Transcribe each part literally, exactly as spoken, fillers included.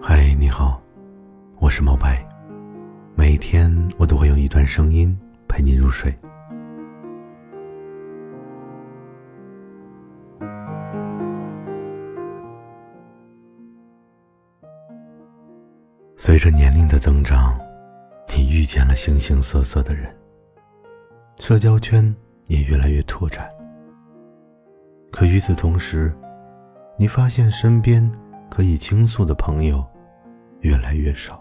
嗨，你好，我是毛白。每天我都会用一段声音陪你入睡。随着年龄的增长，你遇见了形形色色的人，社交圈也越来越拓展。可与此同时，你发现身边可以倾诉的朋友越来越少。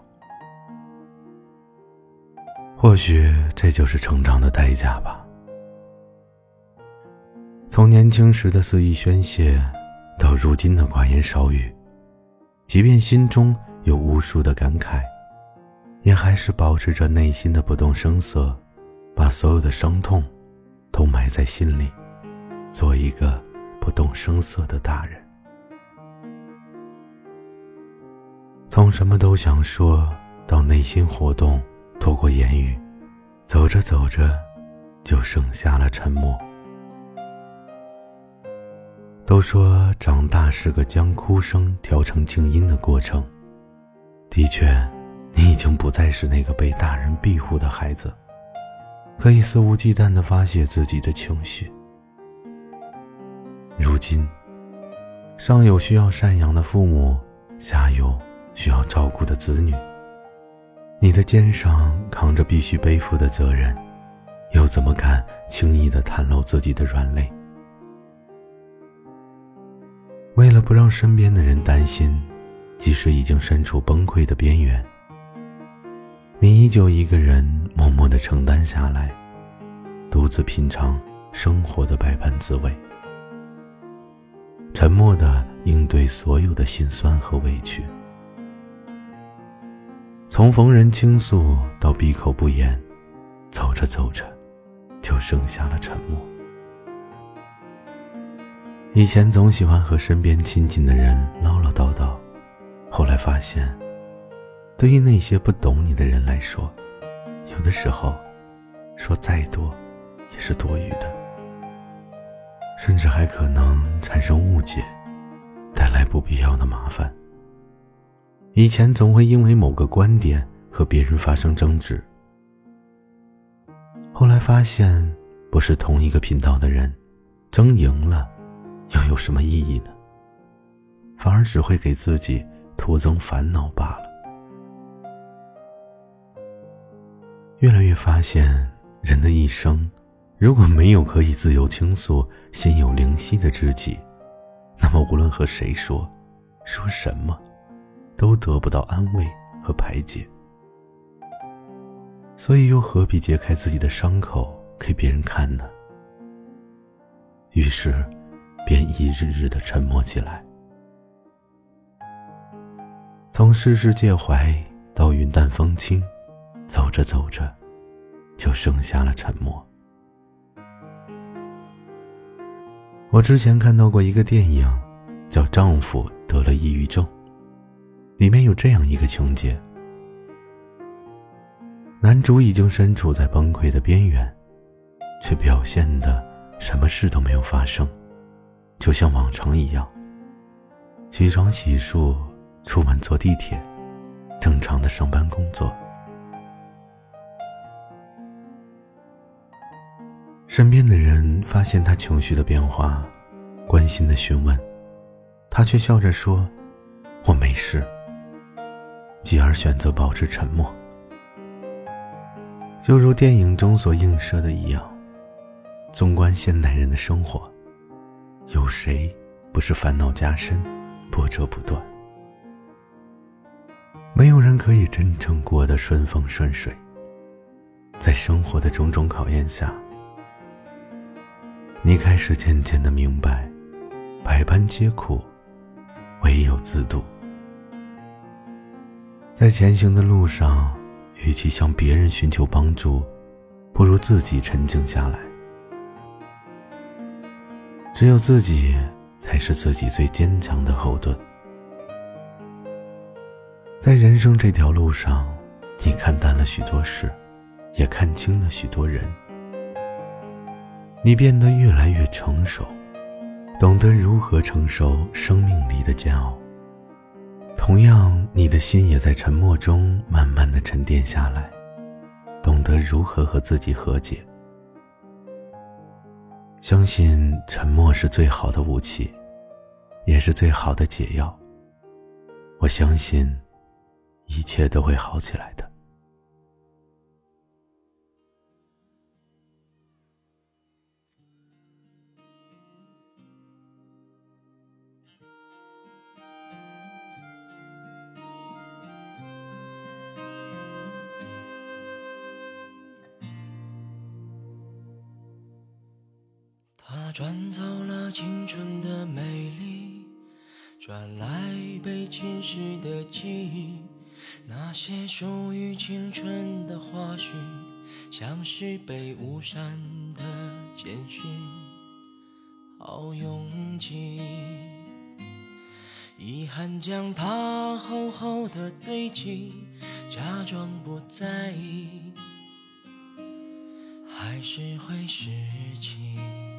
或许这就是成长的代价吧。从年轻时的肆意宣泄，到如今的寡言少语，即便心中有无数的感慨，也还是保持着内心的不动声色，把所有的伤痛都埋在心里，做一个不动声色的大人。从什么都想说到内心活动，透过言语，走着走着就剩下了沉默。都说长大是个将哭声调成静音的过程，的确，你已经不再是那个被大人庇护的孩子，可以肆无忌惮地发泄自己的情绪。如今，上有需要赡养的父母，下有需要照顾的子女，你的肩上扛着必须背负的责任，又怎么敢轻易地袒露自己的软肋？为了不让身边的人担心，即使已经身处崩溃的边缘，你依旧一个人默默地承担下来，独自品尝生活的百般滋味，沉默地应对所有的心酸和委屈。从逢人倾诉到闭口不言，走着走着就剩下了沉默。以前总喜欢和身边亲近的人唠唠叨叨，后来发现，对于那些不懂你的人来说，有的时候说再多也是多余的，甚至还可能产生误解，带来不必要的麻烦。以前总会因为某个观点和别人发生争执，后来发现不是同一个频道的人，争赢了又有什么意义呢？反而只会给自己徒增烦恼罢了。越来越发现，人的一生如果没有可以自由倾诉、心有灵犀的知己，那么无论和谁说说什么都得不到安慰和排解，所以又何必揭开自己的伤口给别人看呢？于是便一日日的沉默起来。从世事介怀到云淡风轻，走着走着就剩下了沉默。我之前看到过一个电影叫《丈夫得了抑郁症》，里面有这样一个情节，男主已经身处在崩溃的边缘，却表现得什么事都没有发生，就像往常一样，起床洗漱，出门坐地铁，正常的上班工作。身边的人发现他情绪的变化，关心地询问，他却笑着说：“我没事。”继而选择保持沉默。就如电影中所映射的一样，纵观现代人的生活，有谁不是烦恼加深，波折不断？没有人可以真正过得顺风顺水。在生活的种种考验下，你开始渐渐地明白，百般皆苦，唯有自渡。在前行的路上，与其向别人寻求帮助，不如自己沉静下来。只有自己才是自己最坚强的后盾。在人生这条路上，你看淡了许多事，也看清了许多人。你变得越来越成熟，懂得如何承受生命里的煎熬， 同样，你的心也在沉默中慢慢的沉淀下来，懂得如何和自己和解。相信沉默是最好的武器，也是最好的解药。我相信一切都会好起来的。 它转走了青春的美丽，转来被侵蚀的记忆，那些属于青春的花絮，像是被误删的简讯，好拥挤。遗憾将它厚厚的堆积，假装不在意，还是会拾起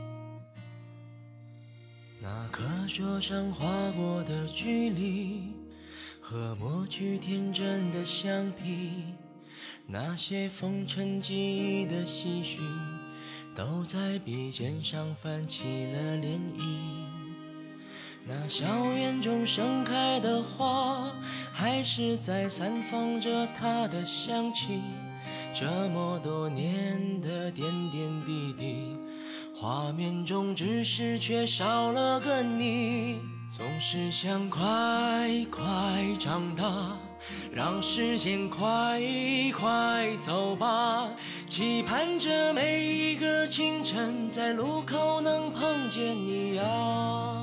那课桌上划过的距离，和抹去天真的橡皮，那些封尘记忆的唏嘘，都在笔尖上泛起了涟漪。那校园中盛开的花，还是在散放着它的香气，这么多年的点点滴滴，画面中只是缺少了个你。总是想快快长大，让时间快快走吧，期盼着每一个清晨在路口能碰见你啊。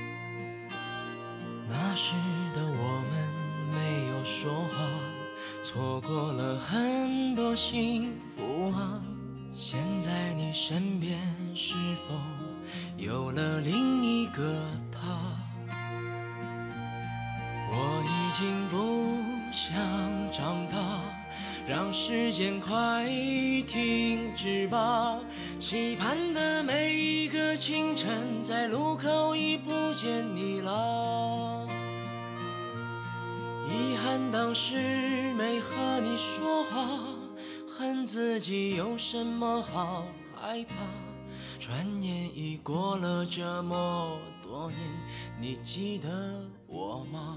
那时的我们没有说话，错过了很多幸福啊。现在你身边是否有了另一个他？我已经不想长大，让时间快停止吧，期盼的每一个清晨在路口已不见你了。遗憾当时没和你说话，恨自己有什么好害怕，转眼已过了这么多年，你记得我吗？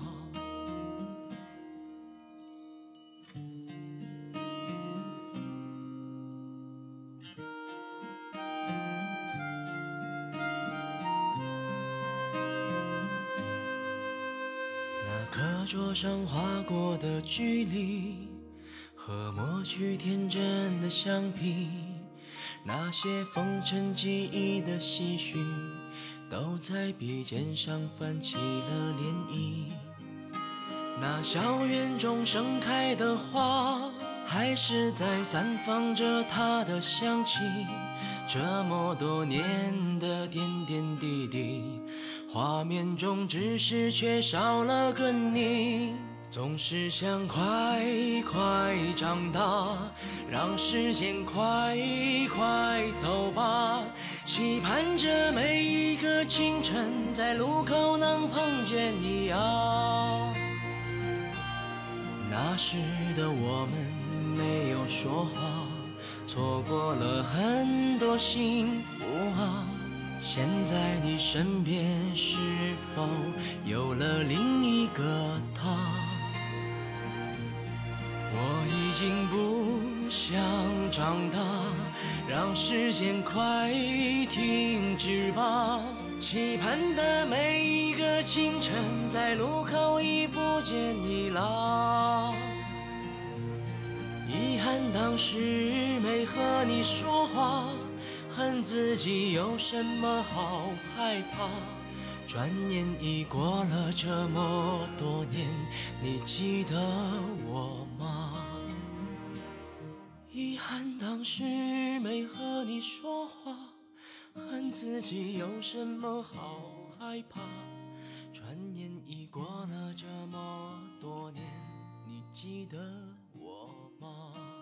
那课桌上划过的距离，和抹去天真的橡皮，那些封尘记忆的唏嘘，都在笔尖上泛起了涟漪。那校园中盛开的花，还是在散放着它的香气，这么多年的点点滴滴，画面中只是缺少了个你。总是想快快长大，让时间快快走吧，期盼着每一个清晨在路口能碰见你啊。那时的我们没有说话，错过了很多幸福啊。现在你身边是否有了另一个他？我已经不想长大，让时间快停止吧，期盼的每一个清晨在路口已不见你了。遗憾当时没和你说话，恨自己有什么好害怕，转眼已过了这么多年，你记得我吗？遗憾当时没和你说话，恨自己有什么好害怕，转眼已过了这么多年，你记得我吗？